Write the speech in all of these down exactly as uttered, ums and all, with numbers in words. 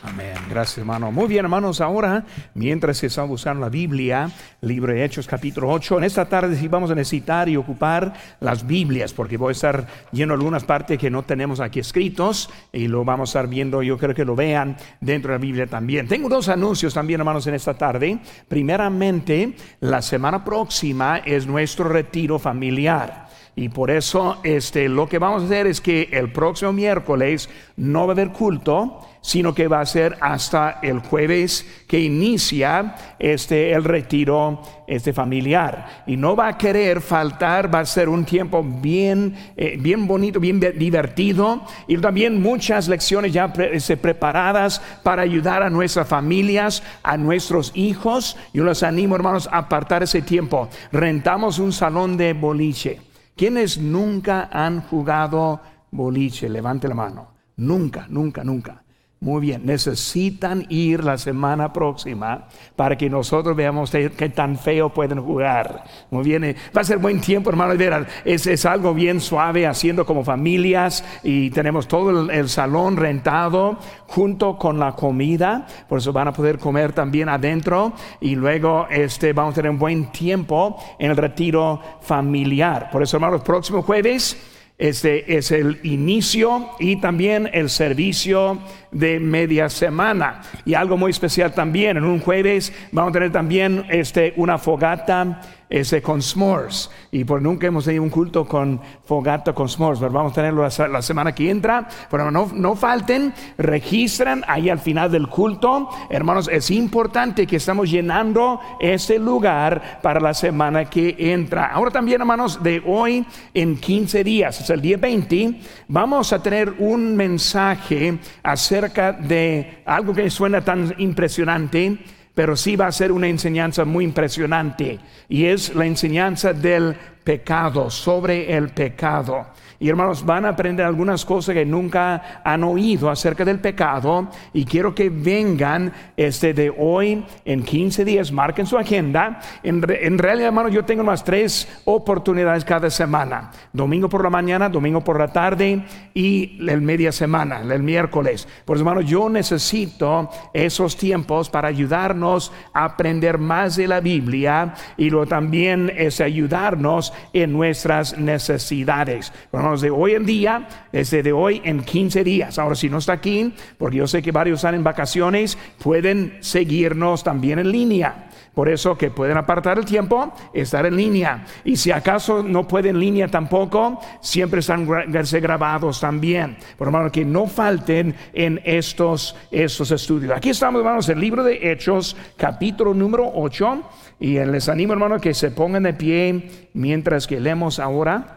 Amén. Gracias, hermano. Muy bien, hermanos. Ahora, mientras se está buscando la Biblia, libro de Hechos, capítulo ocho, en esta tarde sí vamos a necesitar y ocupar las Biblias, porque voy a estar lleno algunas partes que no tenemos aquí escritos y lo vamos a estar viendo. Yo creo que lo vean dentro de la Biblia también. Tengo dos anuncios también, hermanos, en esta tarde. Primeramente, la semana próxima es nuestro retiro familiar. Y por eso este, lo que vamos a hacer es que el próximo miércoles no va a haber culto, sino que va a ser hasta el jueves que inicia este, el retiro este, familiar. Y no va a querer faltar, va a ser un tiempo bien, eh, bien bonito, bien divertido. Y también muchas lecciones ya pre este, preparadas para ayudar a nuestras familias, a nuestros hijos. Yo los animo, hermanos, a apartar ese tiempo. Rentamos un salón de boliche. ¿Quiénes nunca han jugado boliche? Levante la mano. Nunca, nunca, nunca. Muy bien, necesitan ir la semana próxima para que nosotros veamos qué tan feo pueden jugar. Muy bien, va a ser buen tiempo, hermanos. Es, es algo bien suave, haciendo como familias, y tenemos todo el, el salón rentado junto con la comida. Por eso van a poder comer también adentro, y luego este, vamos a tener un buen tiempo en el retiro familiar. Por eso, hermanos, próximo jueves Este es el inicio y también el servicio de media semana. Y algo muy especial también, en un jueves vamos a tener también este, una fogata este, con s'mores. Y por nunca hemos tenido un culto con fogata con s'mores, pero vamos a tenerlo la, la semana que entra. Pero no, no falten, registran ahí al final del culto. Hermanos, es importante que estamos llenando este lugar para la semana que entra. Ahora también, hermanos, de hoy en quince días, es el día veinte, vamos a tener un mensaje acerca de algo que suena tan impresionante, pero sí va a ser una enseñanza muy impresionante, y es la enseñanza del pecado, sobre el pecado. Y hermanos, van a aprender algunas cosas que nunca han oído acerca del pecado, y quiero que vengan este de hoy en quince días. Marquen su agenda. En, en realidad, hermanos, yo tengo unas tres oportunidades cada semana: domingo por la mañana, domingo por la tarde y el media semana, el miércoles. Por eso, hermanos, yo necesito esos tiempos para ayudarnos a aprender más de la Biblia, y luego también es ayudarnos en nuestras necesidades. Hermanos, de hoy en día, desde de hoy en quince días. Ahora, si no está aquí, porque yo sé que varios están en vacaciones, pueden seguirnos también en línea. Por eso que pueden apartar el tiempo, estar en línea. Y si acaso no pueden en línea tampoco, siempre están grabados también. Por hermano, que no falten en estos, estos estudios. Aquí estamos, hermanos, en el libro de Hechos, capítulo número ocho. Y les animo, hermano, que se pongan de pie mientras que leemos ahora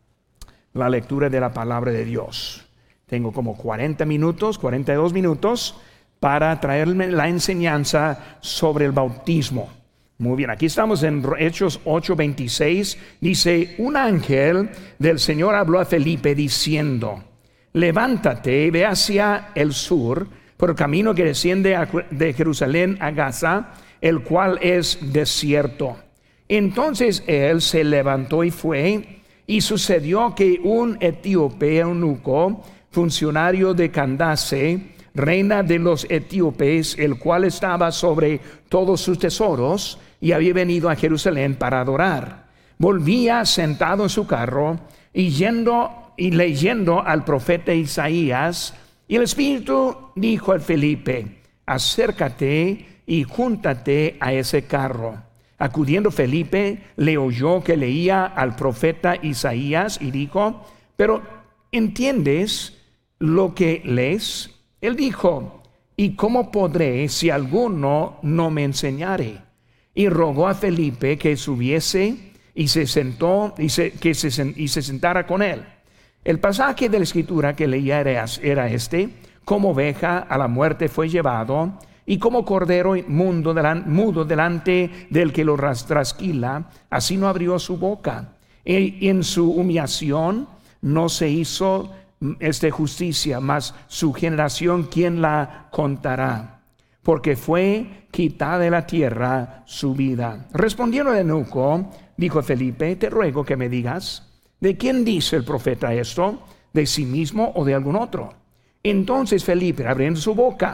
la lectura de la palabra de Dios. Tengo como cuarenta minutos, cuarenta y dos minutos para traerme la enseñanza sobre el bautismo. Muy bien, aquí estamos en Hechos ocho veintiséis. Dice: un ángel del Señor habló a Felipe diciendo: levántate, ve hacia el sur por el camino que desciende de Jerusalén a Gaza, el cual es desierto. Entonces él se levantó y fue. Y sucedió que un etíope eunuco, funcionario de Candace, reina de los etíopes, el cual estaba sobre todos sus tesoros, y había venido a Jerusalén para adorar, volvía sentado en su carro y yendo y leyendo al profeta Isaías. Y el Espíritu dijo a Felipe: acércate y júntate a ese carro. Acudiendo Felipe, le oyó que leía al profeta Isaías y dijo: pero ¿entiendes lo que lees? Él dijo: ¿y cómo podré si alguno no me enseñare? Y rogó a Felipe que subiese y se sentó y se, que se, y se sentara con él. El pasaje de la escritura que leía era, era este: como oveja a la muerte fue llevado, y como cordero mudo delante del que lo trasquila, así no abrió su boca. Y en su humillación no se hizo este, justicia, mas su generación, ¿quién la contará? Porque fue quitada de la tierra su vida. Respondiendo el eunuco, dijo Felipe: te ruego que me digas, ¿de quién dice el profeta esto? ¿De sí mismo o de algún otro? Entonces Felipe, abriendo su boca,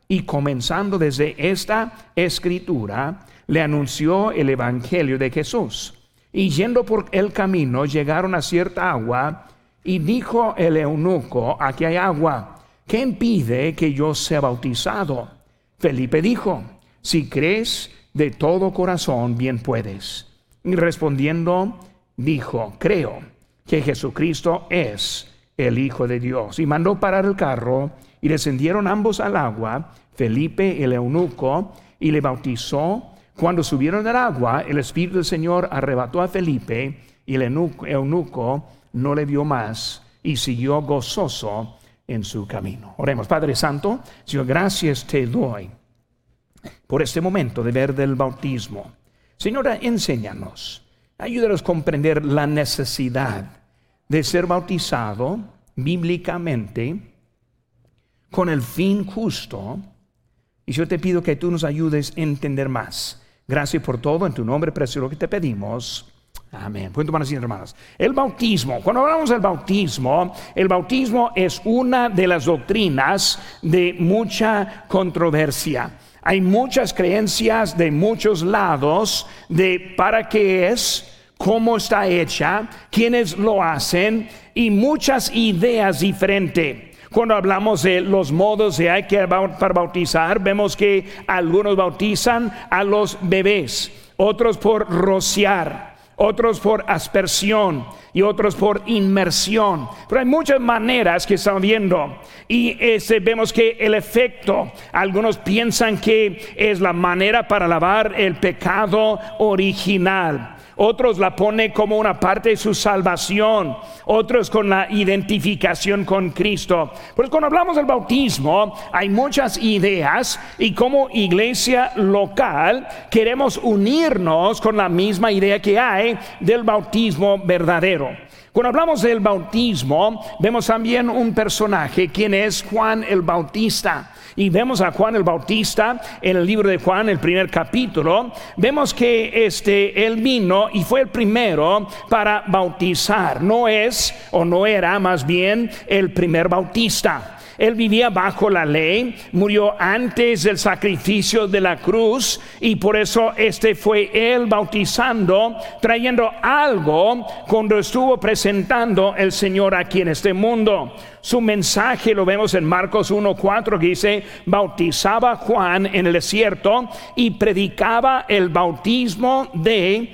y comenzando desde esta escritura, le anunció el evangelio de Jesús. Y yendo por el camino, llegaron a cierta agua, y dijo el eunuco: aquí hay agua, ¿qué impide que yo sea bautizado? Felipe dijo: si crees de todo corazón, bien puedes. Y respondiendo, dijo: creo que Jesucristo es el Hijo de Dios. Y mandó parar el carro, y descendieron ambos al agua, Felipe y el eunuco, y le bautizó. Cuando subieron del agua, el Espíritu del Señor arrebató a Felipe, y el eunuco, eunuco no le vio más, y siguió gozoso en su camino. Oremos. Padre Santo, Señor, gracias te doy por este momento de ver del bautismo. Señora, enséñanos, ayúdanos a comprender la necesidad de ser bautizado bíblicamente con el fin justo. Y yo te pido que tú nos ayudes a entender más. Gracias por todo, en tu nombre precioso que te pedimos. Amén. Pueden tomar así, hermanos. El bautismo. Cuando hablamos del bautismo, el bautismo es una de las doctrinas de mucha controversia. Hay muchas creencias de muchos lados de para qué es, cómo está hecha, quiénes lo hacen y muchas ideas diferentes. Cuando hablamos de los modos de hay que para bautizar, vemos que algunos bautizan a los bebés, otros por rociar, otros por aspersión y otros por inmersión. Pero hay muchas maneras que estamos viendo y este, vemos que el efecto, algunos piensan que es la manera para lavar el pecado original. Otros la ponen como una parte de su salvación, otros con la identificación con Cristo. Pues cuando hablamos del bautismo, hay muchas ideas y como iglesia local queremos unirnos con la misma idea que hay del bautismo verdadero. Cuando hablamos del bautismo, vemos también un personaje, quien es Juan el Bautista. Y vemos a Juan el Bautista en el libro de Juan, el primer capítulo. Vemos que este, él vino y fue el primero para bautizar. No es, o no era más bien, el primer bautista. Él vivía bajo la ley, murió antes del sacrificio de la cruz y por eso este fue él bautizando, trayendo algo cuando estuvo presentando el Señor aquí en este mundo. Su mensaje lo vemos en Marcos uno cuatro que dice: bautizaba Juan en el desierto y predicaba el bautismo de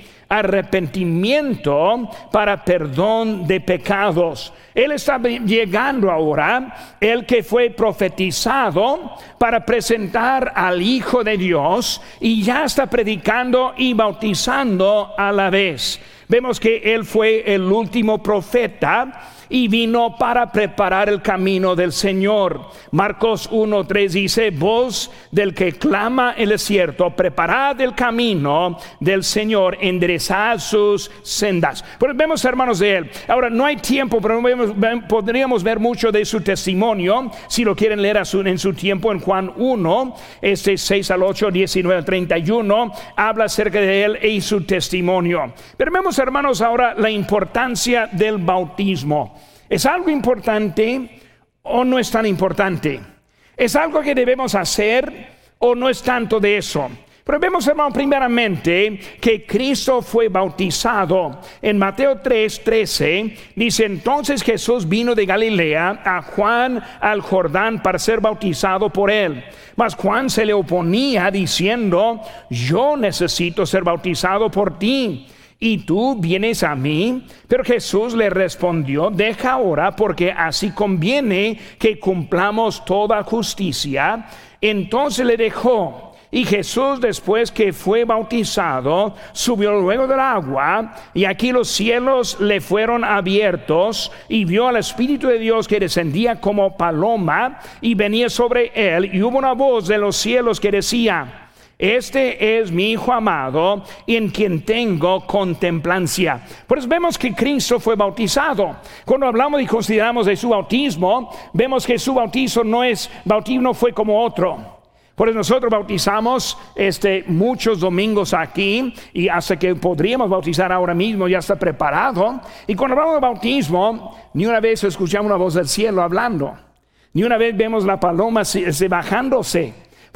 arrepentimiento para perdón de pecados. Él está llegando ahora, el que fue profetizado para presentar al Hijo de Dios, y ya está predicando y bautizando a la vez. Vemos que él fue el último profeta y vino para preparar el camino del Señor. Marcos uno tres dice: voz del que clama el desierto, preparad el camino del Señor, enderezad sus sendas. Pues vemos, hermanos, de él. Ahora no hay tiempo, pero vemos, podríamos ver mucho de su testimonio si lo quieren leer a su, en su tiempo. En Juan uno, este seis al ocho, diecinueve al treinta y uno, habla acerca de él y su testimonio. Pero vemos, hermanos, ahora la importancia del bautismo. ¿Es algo importante o no es tan importante? ¿Es algo que debemos hacer o no es tanto de eso? Pero vemos, hermano, primeramente que Cristo fue bautizado. En Mateo tres trece dice: entonces Jesús vino de Galilea a Juan al Jordán para ser bautizado por él. Mas Juan se le oponía diciendo: yo necesito ser bautizado por ti, ¿y tú vienes a mí? Pero Jesús le respondió: deja ahora, porque así conviene que cumplamos toda justicia. Entonces le dejó. Y Jesús, después que fue bautizado, subió luego del agua, y aquí los cielos le fueron abiertos, y vio al Espíritu de Dios que descendía como paloma y venía sobre él, y hubo una voz de los cielos que decía: este es mi Hijo amado, en quien tengo contemplancia. Pues vemos que Cristo fue bautizado. Cuando hablamos y consideramos de su bautismo, vemos que su bautizo no es, bautismo no fue como otro. Por eso nosotros bautizamos este, muchos domingos aquí, y hasta que podríamos bautizar ahora mismo ya está preparado. Y cuando hablamos de bautismo, ni una vez escuchamos una voz del cielo hablando, ni una vez vemos la paloma se, se bajándose.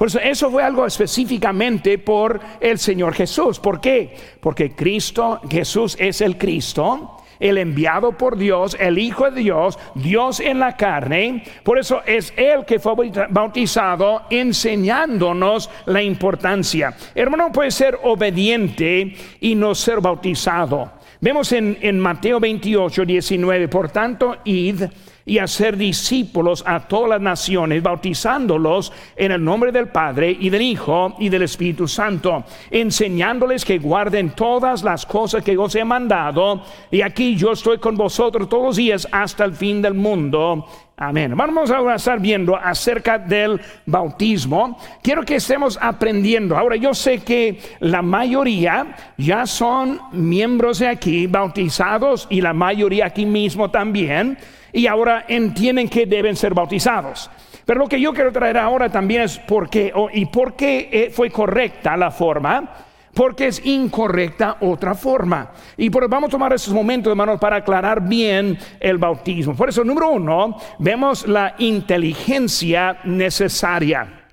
Por eso, eso fue algo específicamente por el Señor Jesús. ¿Por qué? Porque Cristo, Jesús es el Cristo, el enviado por Dios, el Hijo de Dios, Dios en la carne. Por eso es Él que fue bautizado, enseñándonos la importancia. Hermano, no puede ser obediente y no ser bautizado. Vemos en, en Mateo veintiocho, diecinueve, por tanto, id y hacer discípulos a todas las naciones, bautizándolos en el nombre del Padre y del Hijo y del Espíritu Santo, enseñándoles que guarden todas las cosas que os he mandado, y aquí yo estoy con vosotros todos los días hasta el fin del mundo. Amén. Vamos ahora a estar viendo acerca del bautismo. Quiero que estemos aprendiendo. Ahora, yo sé que la mayoría ya son miembros de aquí, bautizados, y la mayoría aquí mismo también, y ahora entienden que deben ser bautizados. Pero lo que yo quiero traer ahora también es por qué, o, y por qué fue correcta la forma, porque es incorrecta otra forma. Y por, vamos a tomar estos momentos, hermanos, para aclarar bien el bautismo. Por eso, número uno, vemos la inteligencia necesaria.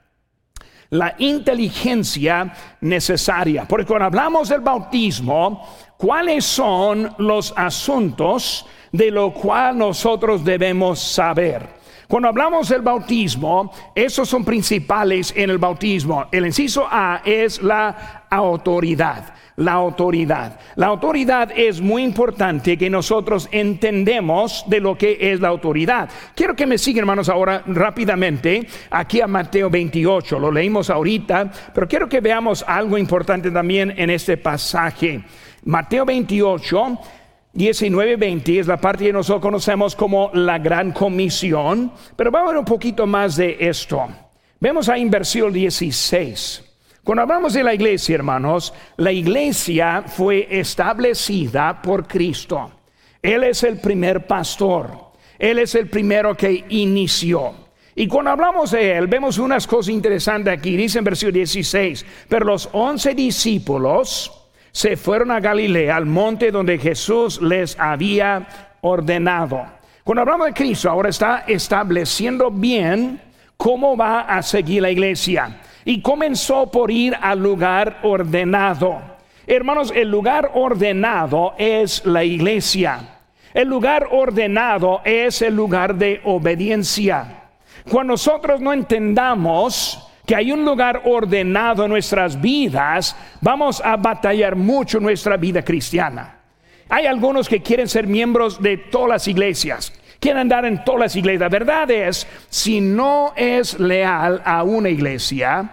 La inteligencia necesaria. Porque cuando hablamos del bautismo, ¿cuáles son los asuntos de lo cual nosotros debemos saber? Cuando hablamos del bautismo, esos son principales en el bautismo. El inciso A es la autoridad. La autoridad. La autoridad es muy importante que nosotros entendemos de lo que es la autoridad. Quiero que me sigan, hermanos, ahora rápidamente aquí a Mateo veintiocho. Lo leímos ahorita, pero quiero que veamos algo importante también en este pasaje. Mateo veintiocho, diecinueve, veinte es la parte que nosotros conocemos como la gran comisión, pero vamos a ver un poquito más de esto. Vemos ahí en versículo dieciséis. Cuando hablamos de la iglesia, hermanos, la iglesia fue establecida por Cristo. Él es el primer pastor. Él es el primero que inició. Y cuando hablamos de Él, vemos unas cosas interesantes aquí. Dice en versículo dieciséis, pero los once discípulos se fueron a Galilea, al monte donde Jesús les había ordenado. Cuando hablamos de Cristo, ahora está estableciendo bien cómo va a seguir la iglesia. Y comenzó por ir al lugar ordenado. Hermanos, el lugar ordenado es la iglesia. El lugar ordenado es el lugar de obediencia. Cuando nosotros no entendamos que hay un lugar ordenado en nuestras vidas, vamos a batallar mucho en nuestra vida cristiana. Hay algunos que quieren ser miembros de todas las iglesias, quieren andar en todas las iglesias. La verdad es, si no es leal a una iglesia,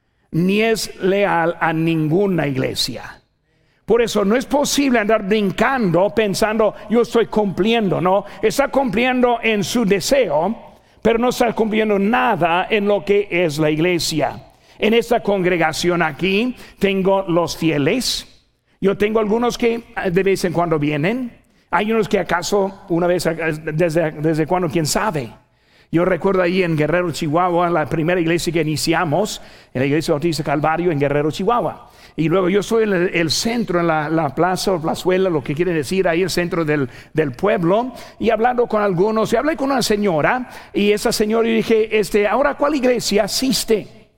ni es leal a ninguna iglesia. Por eso no es posible andar brincando pensando yo estoy cumpliendo. No, está cumpliendo en su deseo, pero no está cumpliendo nada en lo que es la iglesia. En esta congregación aquí tengo los fieles. Yo tengo algunos que de vez en cuando vienen. Hay unos que acaso una vez, desde, desde cuando, quién sabe. Yo recuerdo ahí en Guerrero, Chihuahua, la primera iglesia que iniciamos, en la iglesia Bautista Calvario en Guerrero, Chihuahua. Y luego yo soy en el, el centro, en la, la plaza o plazuela, lo que quiere decir ahí el centro del, del pueblo. Y hablando con algunos, y hablé con una señora, y esa señora, y dije, este, ahora, ¿cuál iglesia asiste?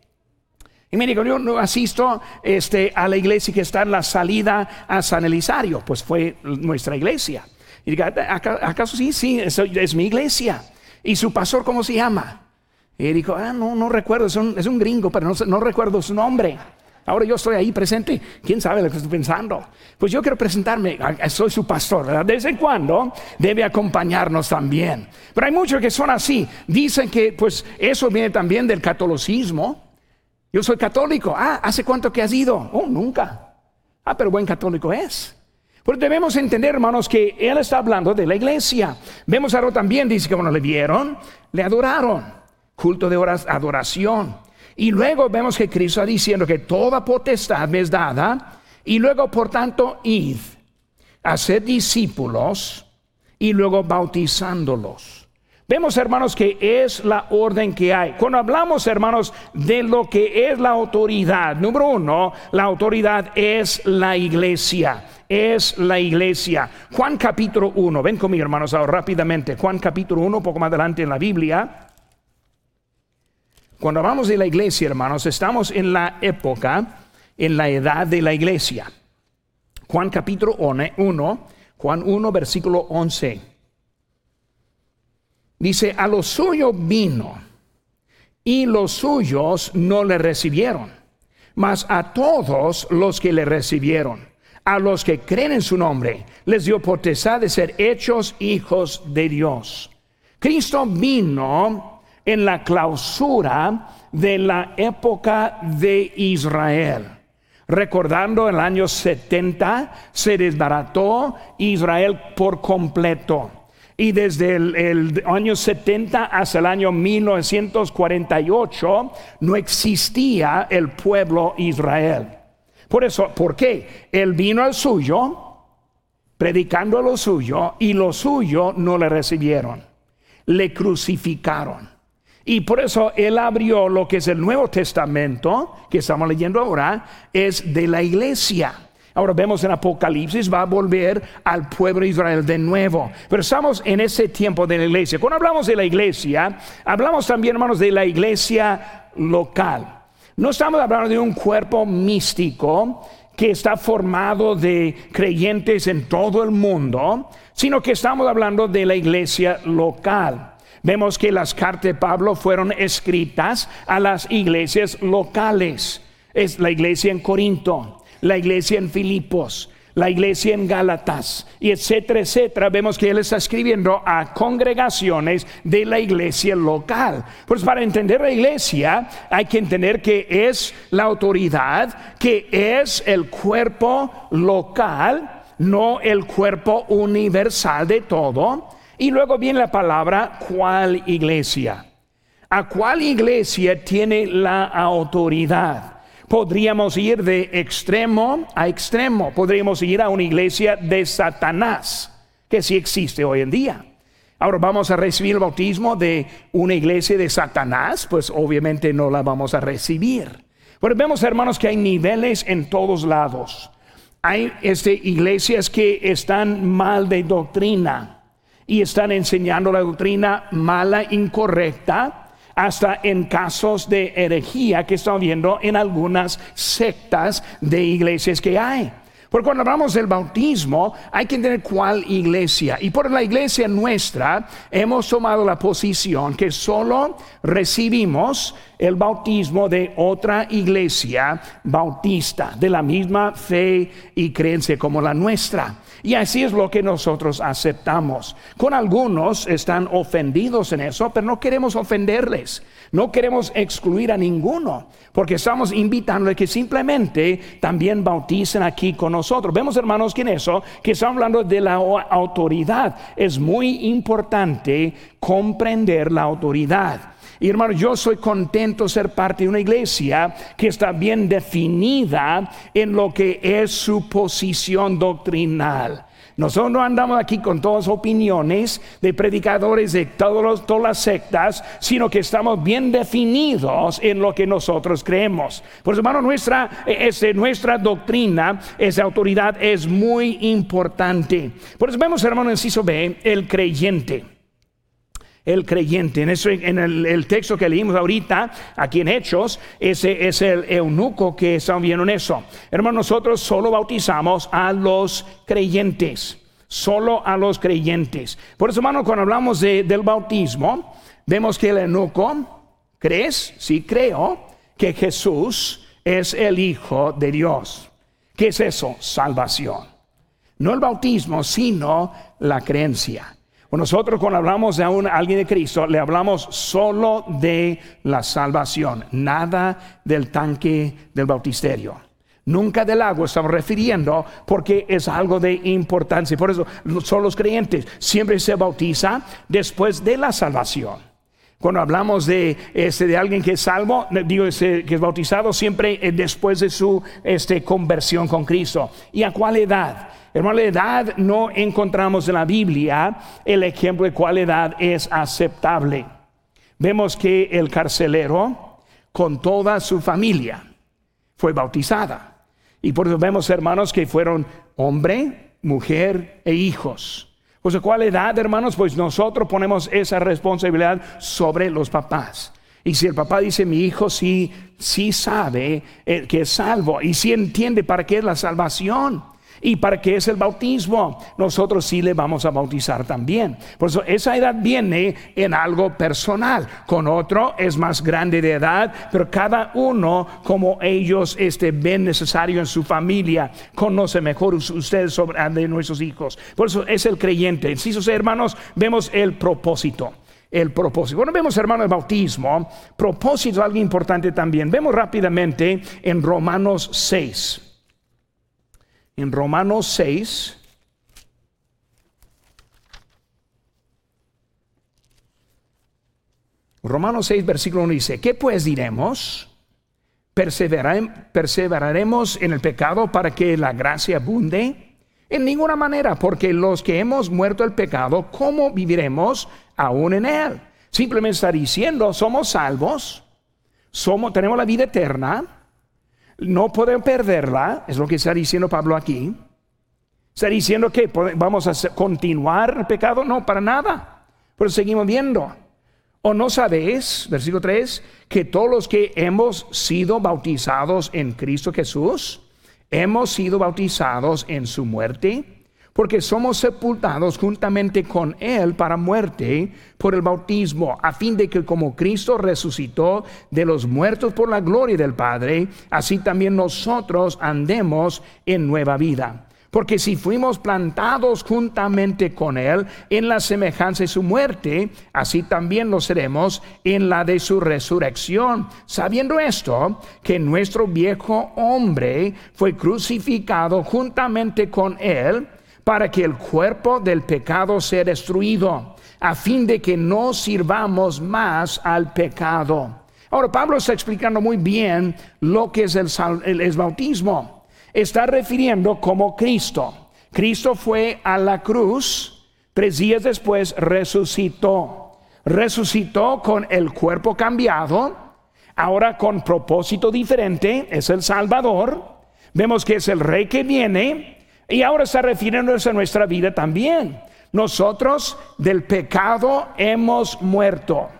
Y me dijo, yo no asisto este, a la iglesia que está en la salida a San Elisario. Pues fue nuestra iglesia. Y dije, ¿acaso sí? Sí, es, es mi iglesia. ¿Y su pastor cómo se llama? Y dijo, ah, no, no recuerdo, es un, es un gringo, pero no, no recuerdo su nombre. Ahora yo estoy ahí presente, quién sabe lo que estoy pensando. Pues yo quiero presentarme, soy su pastor, ¿verdad? De vez en cuando debe acompañarnos también. Pero hay muchos que son así, dicen que pues eso viene también del catolicismo. Yo soy católico. Ah, ¿hace cuánto que has ido? Oh, nunca. Ah, pero buen católico es. Pues debemos entender, hermanos, que Él está hablando de la iglesia. Vemos ahora también, dice que cuando le vieron, le adoraron. Culto de adoración. Y luego vemos que Cristo está diciendo que toda potestad me es dada. Y luego, por tanto, id, haced discípulos y luego bautizándolos. Vemos, hermanos, que es la orden que hay. Cuando hablamos, hermanos, de lo que es la autoridad, número uno, la autoridad es la iglesia. Es la iglesia. Juan capítulo uno, ven conmigo, hermanos, ahora rápidamente. Juan capítulo uno, un poco más adelante en la Biblia. Cuando hablamos de la iglesia, hermanos, estamos en la época, en la edad de la iglesia. Juan capítulo uno, Juan uno, versículo once. Dice, a lo suyo vino, y los suyos no le recibieron, mas a todos los que le recibieron, a los que creen en su nombre, les dio potestad de ser hechos hijos de Dios. Cristo vino en la clausura de la época de Israel. Recordando el año setenta, se desbarató Israel por completo. Y desde el, el año setenta hasta el año mil novecientos cuarenta y ocho no existía el pueblo Israel. Por eso, ¿por qué? Él vino al suyo, predicando lo suyo, y lo suyo no le recibieron. Le crucificaron. Y por eso Él abrió lo que es el Nuevo Testamento, que estamos leyendo ahora, es de la iglesia. Ahora vemos en Apocalipsis, va a volver al pueblo de Israel de nuevo. Pero estamos en ese tiempo de la iglesia. Cuando hablamos de la iglesia, hablamos también, hermanos, de la iglesia local. No estamos hablando de un cuerpo místico que está formado de creyentes en todo el mundo, sino que estamos hablando de la iglesia local. Vemos que las cartas de Pablo fueron escritas a las iglesias locales. Es la iglesia en Corinto, la iglesia en Filipos, la iglesia en Gálatas, y etcétera, etcétera. Vemos que él está escribiendo a congregaciones de la iglesia local. Pues para entender la iglesia hay que entender que es la autoridad, que es el cuerpo local, no el cuerpo universal de todo. Y luego viene la palabra ¿cuál iglesia? ¿A cuál iglesia tiene la autoridad? Podríamos ir de extremo a extremo. Podríamos ir a una iglesia de Satanás, que sí existe hoy en día. Ahora, ¿vamos a recibir el bautismo de una iglesia de Satanás? Pues obviamente no la vamos a recibir. Pero vemos, hermanos, que hay niveles en todos lados. Hay este, iglesias que están mal de doctrina y están enseñando la doctrina mala, incorrecta, hasta en casos de herejía que estamos viendo en algunas sectas de iglesias que hay. Porque cuando hablamos del bautismo, hay que entender cuál iglesia. Y por la iglesia nuestra hemos tomado la posición que solo recibimos el bautismo de otra iglesia bautista, de la misma fe y creencia como la nuestra. Y así es lo que nosotros aceptamos. Con algunos están ofendidos en eso, pero no queremos ofenderles. No queremos excluir a ninguno, porque estamos invitándoles que simplemente también bauticen aquí con nosotros. Vemos, hermanos, que en eso, que estamos hablando de la autoridad, es muy importante comprender la autoridad. Y hermano, yo soy contento de ser parte de una iglesia que está bien definida en lo que es su posición doctrinal. Nosotros no andamos aquí con todas las opiniones de predicadores de todos los, todas las sectas, sino que estamos bien definidos en lo que nosotros creemos. Por eso, hermano, nuestra, este, nuestra doctrina, esa autoridad es muy importante. Por eso vemos, hermano, en inciso B, el creyente. El creyente, en, eso, en el, el texto que leímos ahorita, aquí en Hechos, ese es el eunuco que estamos viendo en eso. Hermanos, nosotros solo bautizamos a los creyentes, solo a los creyentes. Por eso, hermano, cuando hablamos de, del bautismo, vemos que el eunuco, ¿crees? Sí, creo que Jesús es el Hijo de Dios. ¿Qué es eso? Salvación. No el bautismo, sino la creencia. Nosotros cuando hablamos de un, alguien de Cristo, le hablamos solo de la salvación, nada del tanque del bautisterio. Nunca del agua estamos refiriendo, porque es algo de importancia. Por eso son los creyentes, siempre se bautiza después de la salvación. Cuando hablamos de, este, de alguien que es salvo, digo este, que es bautizado, siempre después de su este, conversión con Cristo. ¿Y a cuál edad? Hermano, la edad no encontramos en la Biblia el ejemplo de cuál edad es aceptable. Vemos que el carcelero con toda su familia fue bautizada. Y por eso vemos, hermanos, que fueron hombre, mujer e hijos. Pues ¿a cuál edad, hermanos? Pues nosotros ponemos esa responsabilidad sobre los papás. Y si el papá dice, mi hijo sí, sí sabe eh, que es salvo y sí entiende para qué es la salvación y para qué es el bautismo, nosotros sí le vamos a bautizar también. Por eso esa edad viene en algo personal. Con otro es más grande de edad, pero cada uno como ellos este, ven necesario en su familia, conoce mejor ustedes sobre de nuestros hijos. Por eso es el creyente. Sí, hermanos, vemos el propósito. El propósito. Bueno, vemos, hermano, el bautismo. Propósito es algo importante también. Vemos rápidamente en Romanos seis. En Romanos seis. Romanos seis, versículo uno dice: ¿qué pues diremos? ¿Perseveraremos en el pecado para que la gracia abunde? En ninguna manera, porque los que hemos muerto al pecado, ¿cómo viviremos aún en él? Simplemente está diciendo, somos salvos, somos, tenemos la vida eterna, no podemos perderla, es lo que está diciendo Pablo aquí. Está diciendo que vamos a continuar el pecado, no, para nada, pero seguimos viendo. ¿O no sabéis, versículo tres, que todos los que hemos sido bautizados en Cristo Jesús, hemos sido bautizados en su muerte? Porque somos sepultados juntamente con Él para muerte por el bautismo, a fin de que como Cristo resucitó de los muertos por la gloria del Padre, así también nosotros andemos en nueva vida. Porque si fuimos plantados juntamente con Él en la semejanza de su muerte, así también lo seremos en la de su resurrección. Sabiendo esto, que nuestro viejo hombre fue crucificado juntamente con Él, para que el cuerpo del pecado sea destruido, a fin de que no sirvamos más al pecado. Ahora, Pablo está explicando muy bien lo que es el, el, el bautismo. Está refiriendo como Cristo. Cristo fue a la cruz, tres días después resucitó. Resucitó con el cuerpo cambiado, ahora con propósito diferente, es el Salvador. Vemos que es el Rey que viene y ahora está refiriéndose a nuestra vida también. Nosotros del pecado hemos muerto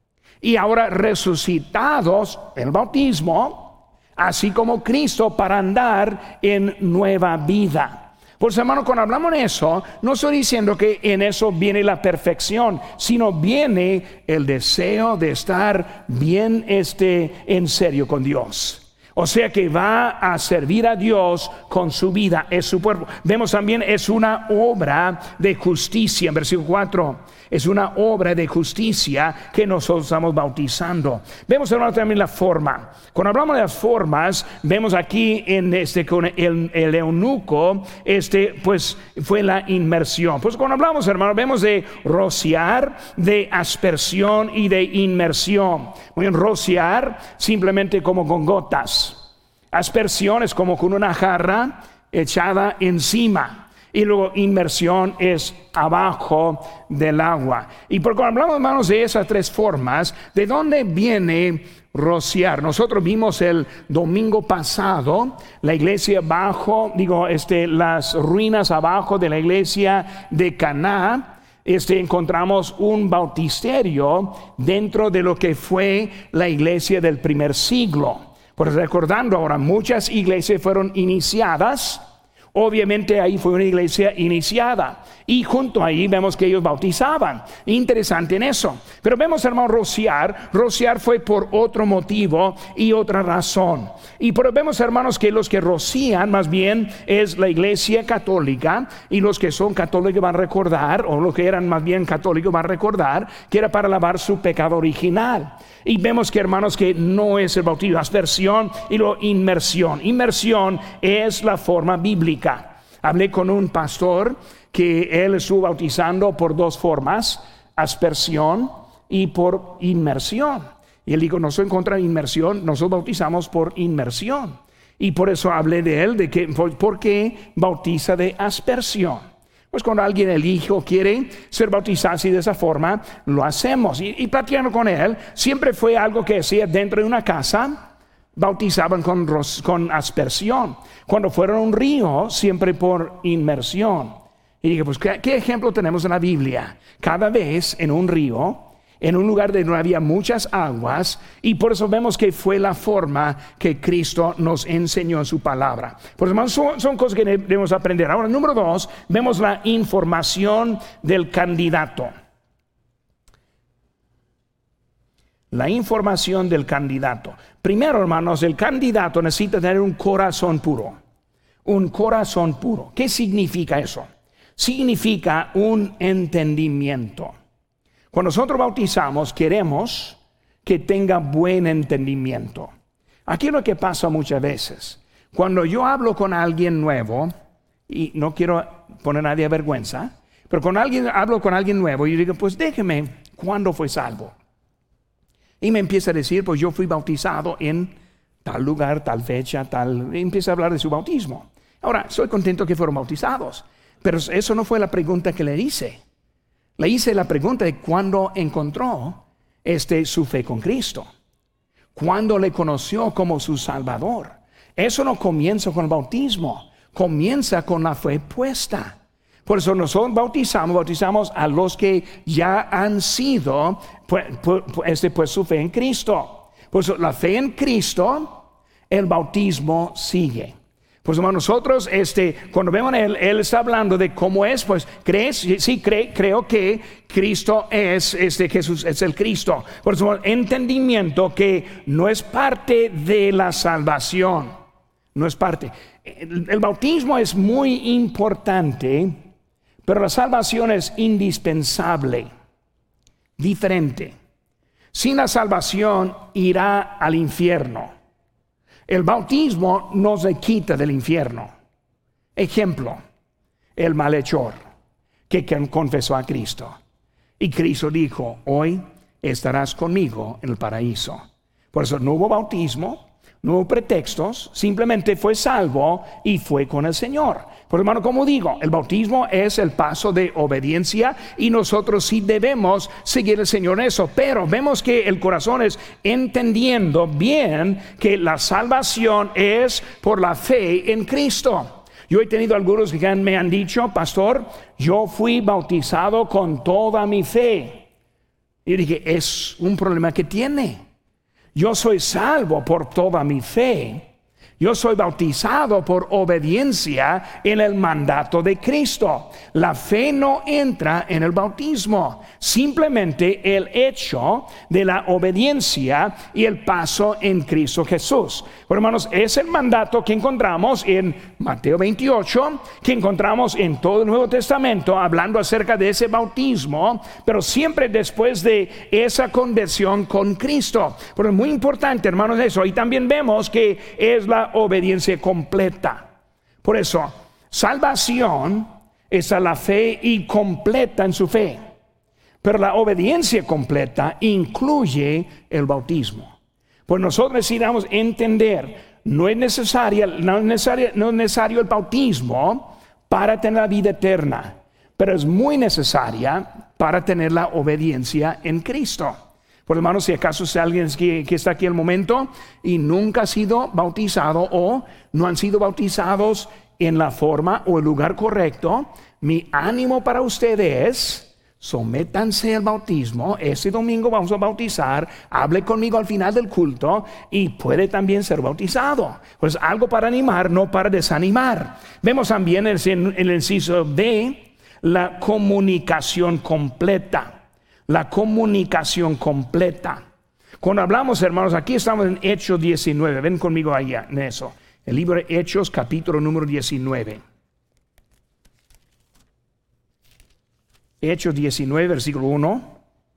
y ahora resucitados, el bautismo, así como Cristo, para andar en nueva vida. Por eso, hermano, cuando hablamos de eso, no estoy diciendo que en eso viene la perfección, sino viene el deseo de estar bien este, en serio con Dios. O sea que va a servir a Dios con su vida, es su cuerpo. Vemos también, es una obra de justicia, en versículo cuatro. Es una obra de justicia que nosotros estamos bautizando. Vemos, hermano, también la forma. Cuando hablamos de las formas, vemos aquí en este con el, el eunuco, este, pues fue la inmersión. Pues cuando hablamos, hermano, vemos de rociar, de aspersión y de inmersión. Muy bien, rociar simplemente como con gotas. Aspersión es como con una jarra echada encima. Y luego inmersión es abajo del agua. Y por cuando hablamos, hermanos, de esas tres formas, ¿de dónde viene rociar? Nosotros vimos el domingo pasado la iglesia abajo, digo, este, las ruinas abajo de la iglesia de Caná. Este, encontramos un bautisterio dentro de lo que fue la iglesia del primer siglo. Pues recordando ahora, muchas iglesias fueron iniciadas. Obviamente ahí fue una iglesia iniciada y junto ahí vemos que ellos bautizaban. Interesante en eso. Pero vemos, hermano, rociar. Rociar fue por otro motivo y otra razón. Y pero vemos, hermanos, que los que rocían más bien es la iglesia católica, y los que son católicos van a recordar, o los que eran más bien católicos van a recordar que era para lavar su pecado original. Y vemos que, hermanos, que no es el bautismo, aspersión y luego inmersión. Inmersión es la forma bíblica. Hablé con un pastor que él estuvo bautizando por dos formas, aspersión y por inmersión. Y él dijo, no soy en contra de inmersión, nosotros bautizamos por inmersión. Y por eso hablé de él, de que, ¿por qué bautiza de aspersión? Pues cuando alguien elige o quiere ser bautizado así de esa forma, lo hacemos. Y, y platicando con él, siempre fue algo que hacía dentro de una casa, bautizaban con, con aspersión. Cuando fueron a un río, siempre por inmersión. Y dije, pues, ¿qué, ¿qué ejemplo tenemos en la Biblia? Cada vez en un río, en un lugar donde no había muchas aguas, y por eso vemos que fue la forma que Cristo nos enseñó en su palabra. Por eso son, son cosas que debemos aprender. Ahora, número dos, vemos la información del candidato. La información del candidato. Primero, hermanos, el candidato necesita tener un corazón puro. Un corazón puro. ¿Qué significa eso? Significa un entendimiento. Cuando nosotros bautizamos, queremos que tenga buen entendimiento. Aquí es lo que pasa muchas veces. Cuando yo hablo con alguien nuevo, y no quiero poner a nadie a vergüenza, pero cuando alguien, hablo con alguien nuevo, y yo digo, pues déjeme, ¿cuándo fue salvo? Y me empieza a decir, pues yo fui bautizado en tal lugar, tal fecha, tal... Y empieza a hablar de su bautismo. Ahora, estoy contento que fueron bautizados, pero eso no fue la pregunta que le hice. Le hice la pregunta de cuándo encontró este, su fe con Cristo. Cuándo le conoció como su Salvador. Eso no comienza con el bautismo, comienza con la fe puesta. Por eso nosotros bautizamos, bautizamos a los que ya han sido, pues, pues, este, pues su fe en Cristo. Por eso la fe en Cristo, el bautismo sigue. Por eso nosotros, este, cuando vemos a él, él está hablando de cómo es, pues, ¿crees? Sí, cre, creo que Cristo es, este, Jesús es el Cristo. Por eso entendimiento que no es parte de la salvación, no es parte. El, el bautismo es muy importante, pero la salvación es indispensable, diferente. Sin la salvación irá al infierno. El bautismo nos quita del infierno. Ejemplo, el malhechor que confesó a Cristo. Y Cristo dijo, hoy estarás conmigo en el paraíso. Por eso no hubo bautismo, no hubo pretextos, simplemente fue salvo y fue con el Señor. Por hermano, como digo, el bautismo es el paso de obediencia y nosotros sí debemos seguir al Señor en eso. Pero vemos que el corazón es entendiendo bien que la salvación es por la fe en Cristo. Yo he tenido algunos que me han dicho, pastor, yo fui bautizado con toda mi fe. Y dije, es un problema que tiene. Yo soy salvo por toda mi fe. Yo soy bautizado por obediencia en el mandato de Cristo. La fe no entra en el bautismo. Simplemente el hecho de la obediencia y el paso en Cristo Jesús. Bueno, hermanos, es el mandato que encontramos en Mateo veintiocho, que encontramos en todo el Nuevo Testamento, hablando acerca de ese bautismo, pero siempre después de esa conversión con Cristo. Pero es muy importante, hermanos, eso. Y también vemos que es la obediencia completa. Por eso, salvación es a la fe y completa en su fe. Pero la obediencia completa incluye el bautismo. Pues nosotros necesitamos entender, no es necesaria, no es necesario, no es necesario el bautismo para tener la vida eterna, pero es muy necesaria para tener la obediencia en Cristo. Por hermanos, si acaso es alguien que, que está aquí al momento y nunca ha sido bautizado o no han sido bautizados en la forma o el lugar correcto, mi ánimo para ustedes es: sométanse al bautismo. Este domingo vamos a bautizar. Hable conmigo al final del culto y puede también ser bautizado. Pues algo para animar, no para desanimar. Vemos también en el inciso B la comunicación completa. La comunicación completa. Cuando hablamos, hermanos, aquí estamos en Hechos diecinueve. Ven conmigo allá en eso. El libro de Hechos, capítulo número diecinueve. Hechos diecinueve, versículo uno.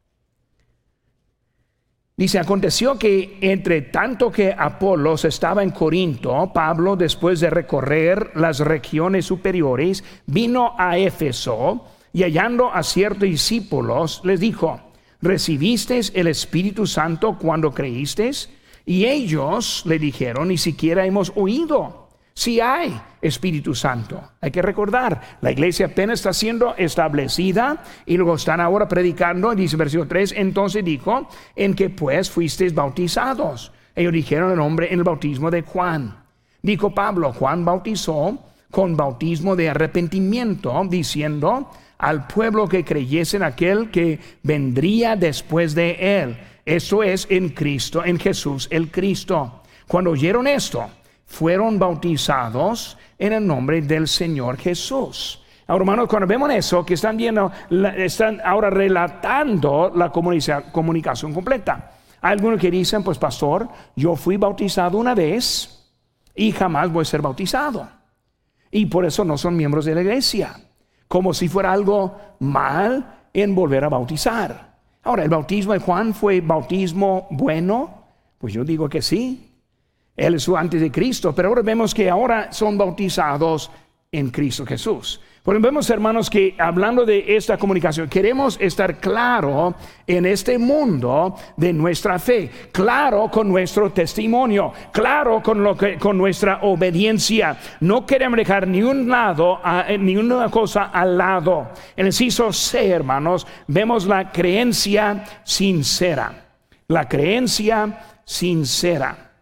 Dice, aconteció que entre tanto que Apolos estaba en Corinto, Pablo, después de recorrer las regiones superiores, vino a Éfeso y hallando a ciertos discípulos, les dijo, ¿recibisteis el Espíritu Santo cuando creísteis? Y ellos le dijeron, ni siquiera hemos oído si hay Espíritu Santo. Hay que recordar, la iglesia apenas está siendo establecida y luego están ahora predicando. Dice versículo tres, entonces dijo, ¿en qué pues fuisteis bautizados? Ellos dijeron el nombre en el bautismo de Juan. Dijo Pablo, Juan bautizó con bautismo de arrepentimiento, diciendo al pueblo que creyese en aquel que vendría después de él. Eso es en Cristo, en Jesús el Cristo. Cuando oyeron esto, fueron bautizados en el nombre del Señor Jesús. Ahora, hermanos, cuando vemos eso, que están viendo, están ahora relatando la comunicación completa. Hay algunos que dicen, pues pastor, yo fui bautizado una vez y jamás voy a ser bautizado. Y por eso no son miembros de la iglesia. Como si fuera algo mal en volver a bautizar. Ahora, ¿el bautismo de Juan fue bautismo bueno? Pues yo digo que sí. Él es antes de Cristo, pero ahora vemos que ahora son bautizados en Cristo Jesús. Porque vemos, hermanos, que hablando de esta comunicación, queremos estar claro en este mundo de nuestra fe, claro con nuestro testimonio, claro con, lo que, con nuestra obediencia. No queremos dejar ni un lado, a, ni una cosa al lado. En el inciso C, hermanos, vemos la creencia sincera. La creencia sincera.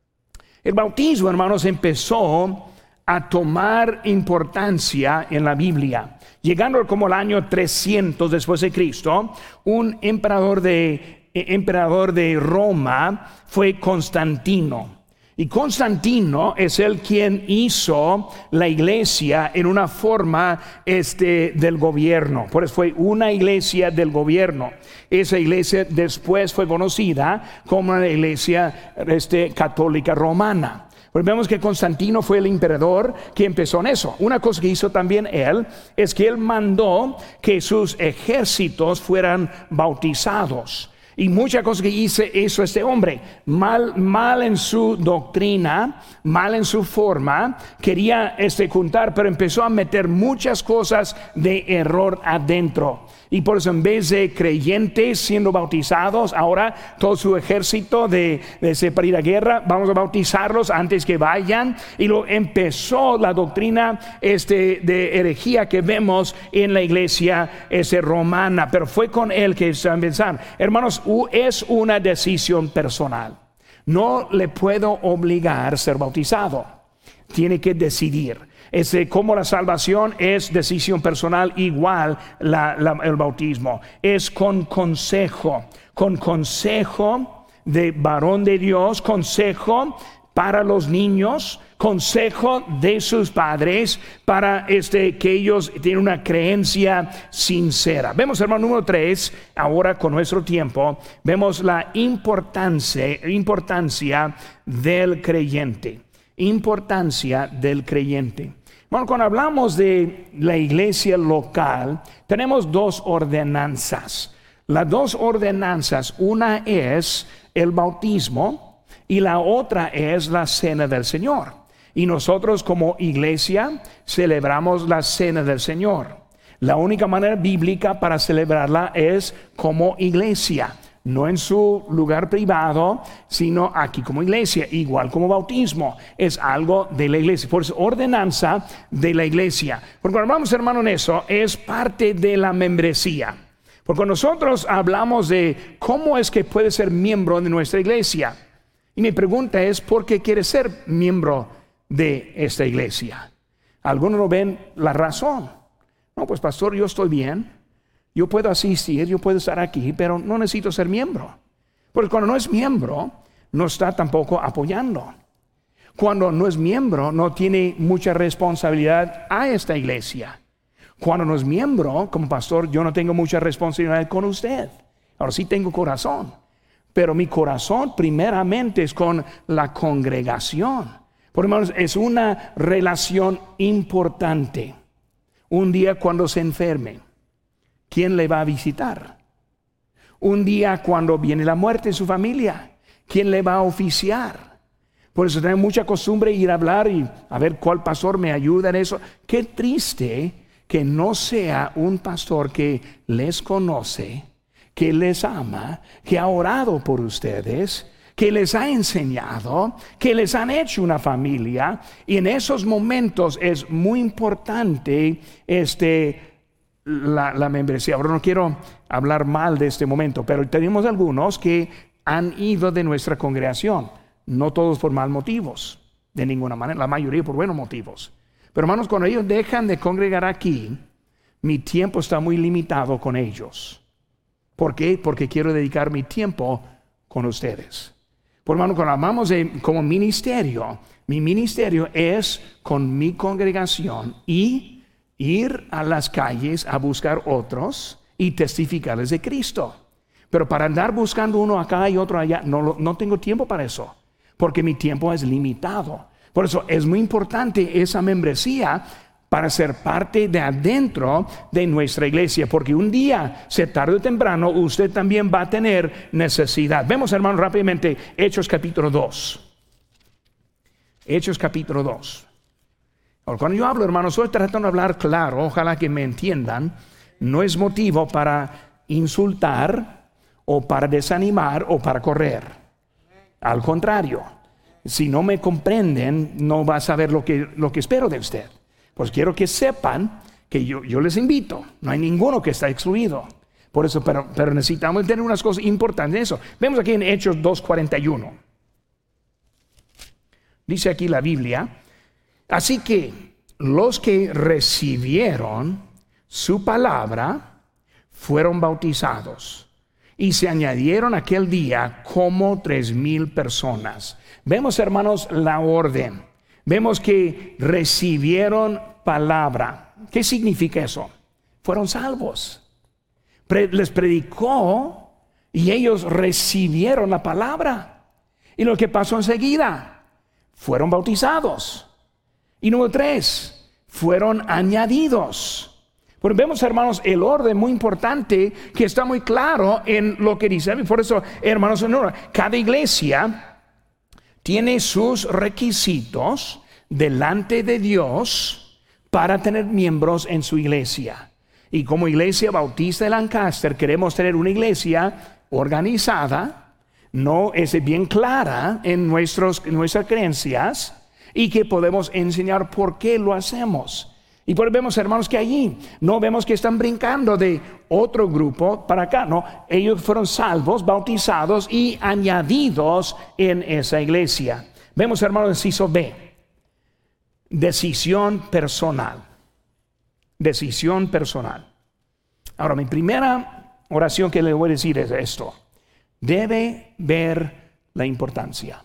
El bautismo, hermanos, empezó a tomar importancia en la Biblia. Llegando como el año trescientos después de Cristo, un emperador de, eh, emperador de Roma fue Constantino. Y Constantino es el quien hizo la iglesia en una forma este, del gobierno. Por eso fue una iglesia del gobierno. Esa iglesia después fue conocida como la iglesia este, católica romana. Pues vemos que Constantino fue el emperador que empezó en eso. Una cosa que hizo también él es que él mandó que sus ejércitos fueran bautizados. Y muchas cosas que hice, hizo este hombre, mal, mal en su doctrina, mal en su forma, quería este, juntar, pero empezó a meter muchas cosas de error adentro. Y por eso en vez de creyentes siendo bautizados, ahora todo su ejército de, de para ir a guerra, vamos a bautizarlos antes que vayan. Y lo empezó la doctrina este, de herejía que vemos en la iglesia este, romana. Pero fue con él que se empezaron. Hermanos, es una decisión personal. No le puedo obligar a ser bautizado. Tiene que decidir. Es de como la salvación es decisión personal, igual la, la, el bautismo. Es con consejo, con consejo de varón de Dios, consejo para los niños, consejo de sus padres para este, que ellos tienen una creencia sincera. Vemos, hermano, número tres, ahora con nuestro tiempo, vemos la importancia, importancia del creyente. Importancia del creyente. Bueno, cuando hablamos de la iglesia local, tenemos dos ordenanzas. Las dos ordenanzas, una es el bautismo y la otra es la cena del Señor. Y nosotros como iglesia celebramos la cena del Señor. La única manera bíblica para celebrarla es como iglesia. No en su lugar privado, sino aquí como iglesia, igual como bautismo. Es algo de la iglesia. Por eso, ordenanza de la iglesia. Porque cuando hablamos, hermano, en eso, es parte de la membresía. Porque nosotros hablamos de cómo es que puede ser miembro de nuestra iglesia. Y mi pregunta es, ¿por qué quiere ser miembro de esta iglesia? Algunos no ven la razón. No, pues pastor, yo estoy bien. Yo puedo asistir, yo puedo estar aquí, pero no necesito ser miembro. Porque cuando no es miembro, no está tampoco apoyando. Cuando no es miembro, no tiene mucha responsabilidad a esta iglesia. Cuando no es miembro, como pastor, yo no tengo mucha responsabilidad con usted. Ahora sí tengo corazón, pero mi corazón primeramente es con la congregación. Por lo menos es una relación importante. Un día cuando se enferme, ¿quién le va a visitar? Un día cuando viene la muerte de su familia, ¿quién le va a oficiar? Por eso tenemos mucha costumbre ir a hablar y a ver cuál pastor me ayuda en eso. Qué triste que no sea un pastor que les conoce, que les ama, que ha orado por ustedes, que les ha enseñado, que les han hecho una familia. Y en esos momentos es muy importante este La, la membresía. Ahora no quiero hablar mal de este momento, pero tenemos algunos que han ido de nuestra congregación, no todos por mal motivos, de ninguna manera, la mayoría por buenos motivos. Pero hermanos, cuando ellos dejan de congregar aquí, mi tiempo está muy limitado con ellos. ¿Por qué? Porque quiero dedicar mi tiempo con ustedes. Por hermano, cuando hablamos de como ministerio, mi ministerio es con mi congregación y ir a las calles a buscar otros y testificarles de Cristo. Pero para andar buscando uno acá y otro allá, no, no tengo tiempo para eso, porque mi tiempo es limitado. Por eso es muy importante esa membresía para ser parte de adentro de nuestra iglesia, porque un día, sea tarde o temprano, usted también va a tener necesidad. Vemos, hermanos, rápidamente Hechos capítulo dos. Hechos capítulo dos. Ahora, cuando yo hablo, hermanos, estoy tratando de hablar claro, ojalá que me entiendan. No es motivo para insultar o para desanimar o para correr. Al contrario, si no me comprenden, no va a saber lo que, lo que espero de usted. Pues quiero que sepan que yo, yo les invito. No hay ninguno que está excluido. Por eso, pero, pero necesitamos tener unas cosas importantes en eso. Vemos aquí en Hechos dos cuarenta y uno. Dice aquí la Biblia: así que los que recibieron su palabra fueron bautizados, y se añadieron aquel día como tres mil personas. Vemos, hermanos, la orden. Vemos que recibieron palabra. ¿Qué significa eso? Fueron salvos. Pre- les predicó y ellos recibieron la palabra. Y lo que pasó enseguida, fueron bautizados. Y número tres, fueron añadidos. Pues vemos, hermanos, el orden muy importante que está muy claro en lo que dice. Por eso, hermanos, cada iglesia tiene sus requisitos delante de Dios para tener miembros en su iglesia. Y como Iglesia Bautista de Lancaster queremos tener una iglesia organizada, no es bien clara en nuestros, nuestras creencias, y que podemos enseñar por qué lo hacemos. Y por eso vemos, hermanos, que allí no vemos que están brincando de otro grupo para acá, no, ellos fueron salvos, bautizados y añadidos en esa iglesia. Vemos, hermanos, inciso B, decisión personal. Decisión personal. Ahora, mi primera oración que le voy a decir es esto: debe ver la importancia.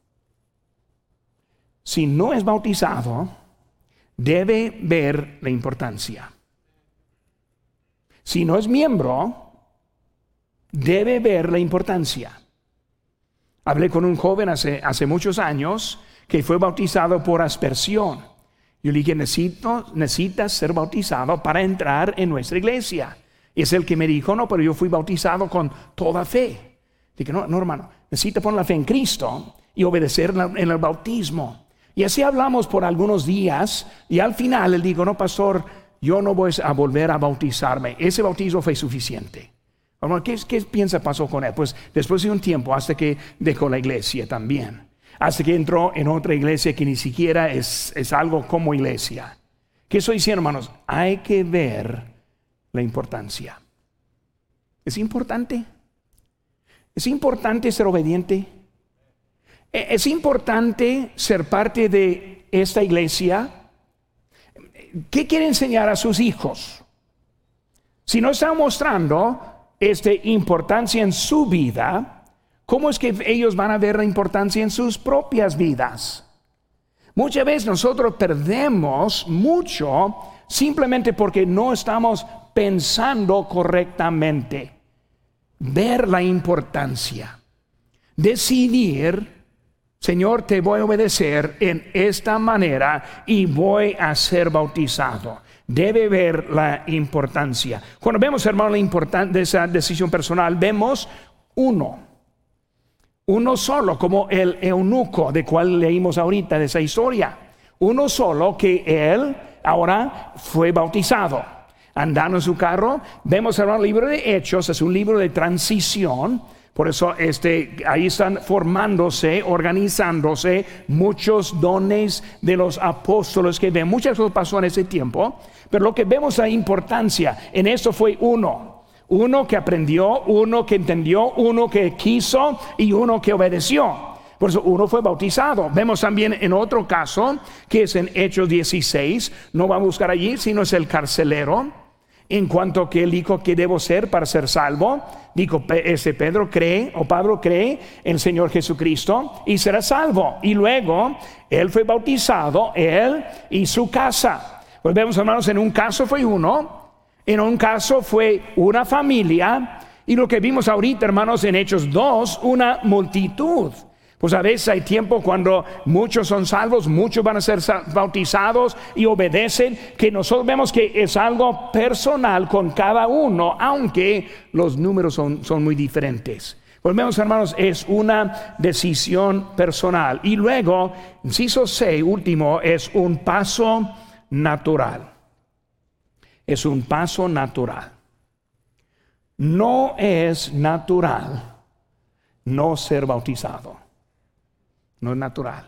Si no es bautizado, debe ver la importancia. Si no es miembro, debe ver la importancia. Hablé con un joven hace, hace muchos años que fue bautizado por aspersión. Yo le dije: Necesito, necesitas ser bautizado para entrar en nuestra iglesia. Y es el que me dijo: no, pero yo fui bautizado con toda fe. Dije: no, no, hermano, necesita poner la fe en Cristo y obedecer en el bautismo. Y así hablamos por algunos días, y al final él dijo: no, pastor, yo no voy a volver a bautizarme. Ese bautismo fue suficiente. ¿Qué, qué piensa pasó con él? Pues después de un tiempo, hasta que dejó la iglesia también. Hasta que entró en otra iglesia que ni siquiera es, es algo como iglesia. ¿Qué estoy diciendo, hermanos? Hay que ver la importancia. ¿Es importante? ¿Es importante ser obediente? ¿Es importante ser parte de esta iglesia? ¿Qué quiere enseñar a sus hijos? Si no están mostrando esta importancia en su vida, ¿cómo es que ellos van a ver la importancia en sus propias vidas? Muchas veces nosotros perdemos mucho simplemente porque no estamos pensando correctamente. Ver la importancia. Decidir: Señor, te voy a obedecer en esta manera y voy a ser bautizado. Debe ver la importancia. Cuando vemos, hermano, la importancia de esa decisión personal, vemos uno. Uno solo, como el eunuco de cual leímos ahorita de esa historia. Uno solo, que él ahora fue bautizado. Andando en su carro. Vemos, hermano, el libro de Hechos es un libro de transición. Por eso este, ahí están formándose, organizándose muchos dones de los apóstoles que ven. Muchas cosas pasó en ese tiempo, pero lo que vemos la importancia en esto fue uno. Uno que aprendió, uno que entendió, uno que quiso y uno que obedeció. Por eso uno fue bautizado. Vemos también en otro caso, que es en Hechos dieciséis, no va a buscar allí, sino es el carcelero. En cuanto que él dijo, ¿qué debo ser para ser salvo? Dijo, ese Pedro cree, o Pablo cree en el Señor Jesucristo y será salvo. Y luego él fue bautizado, él y su casa. Pues vemos, hermanos, en un caso fue uno, en un caso fue una familia, y lo que vimos ahorita, hermanos, en Hechos dos, una multitud. Pues a veces hay tiempo cuando muchos son salvos, muchos van a ser bautizados y obedecen, que nosotros vemos que es algo personal con cada uno, aunque los números son, son muy diferentes. Pues vemos, hermanos, es una decisión personal. Y luego, inciso seis, último, es un paso natural. Es un paso natural. No es natural no ser bautizado. No es natural.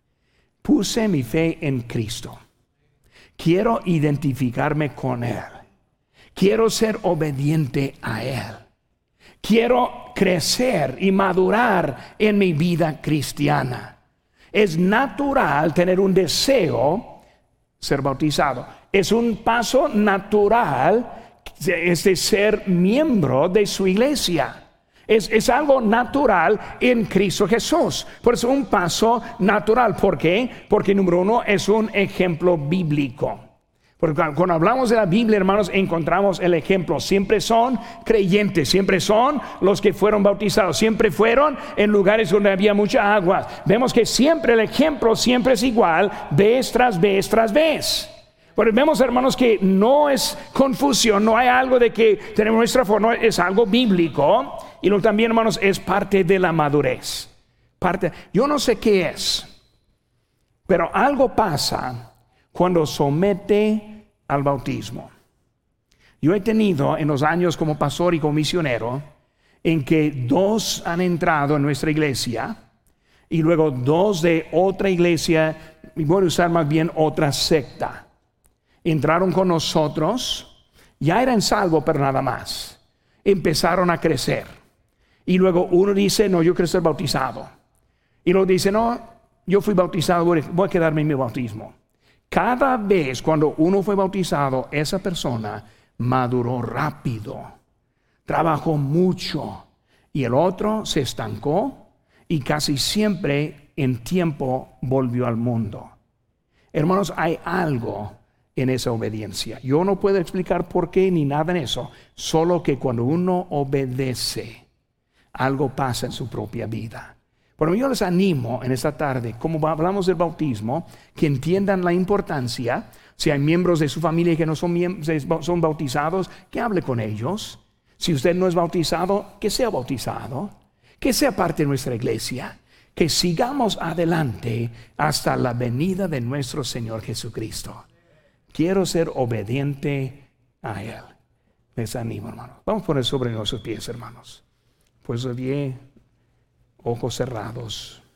Puse mi fe en Cristo. Quiero identificarme con Él. Quiero ser obediente a Él. Quiero crecer y madurar en mi vida cristiana. Es natural tener un deseo ser bautizado. Es un paso natural es de ser miembro de su iglesia. Es, es algo natural en Cristo Jesús. Por eso un paso natural. ¿Por qué? Porque número uno es un ejemplo bíblico. Porque cuando hablamos de la Biblia, hermanos, encontramos el ejemplo. Siempre son creyentes, siempre son los que fueron bautizados, siempre fueron en lugares donde había mucha agua. Vemos que siempre el ejemplo siempre es igual, vez tras vez tras vez. Pero vemos, hermanos, que no es confusión, no hay algo de que tenemos nuestra forma, es algo bíblico. Y lo también, hermanos, es parte de la madurez. Parte, yo no sé qué es, pero algo pasa cuando somete al bautismo. Yo he tenido en los años como pastor y como misionero, en que dos han entrado en nuestra iglesia y luego dos de otra iglesia, y voy a usar más bien otra secta. Entraron con nosotros, ya eran salvos, pero nada más. Empezaron a crecer. Y luego uno dice, no, yo quiero ser bautizado. Y luego dice, no, yo fui bautizado, voy a quedarme en mi bautismo. Cada vez cuando uno fue bautizado, esa persona maduró rápido, trabajó mucho. Y el otro se estancó y casi siempre en tiempo volvió al mundo. Hermanos, hay algo en esa obediencia. Yo no puedo explicar por qué ni nada en eso, solo que cuando uno obedece, algo pasa en su propia vida. Por yo les animo en esta tarde, como hablamos del bautismo, que entiendan la importancia. Si hay miembros de su familia que no son, son bautizados, que hable con ellos. Si usted no es bautizado, que sea bautizado, que sea parte de nuestra iglesia, que sigamos adelante hasta la venida de nuestro Señor Jesucristo. Quiero ser obediente a Él. Les animo, hermanos. Vamos a poner sobre nuestros pies, hermanos. Pues de pie, ojos cerrados.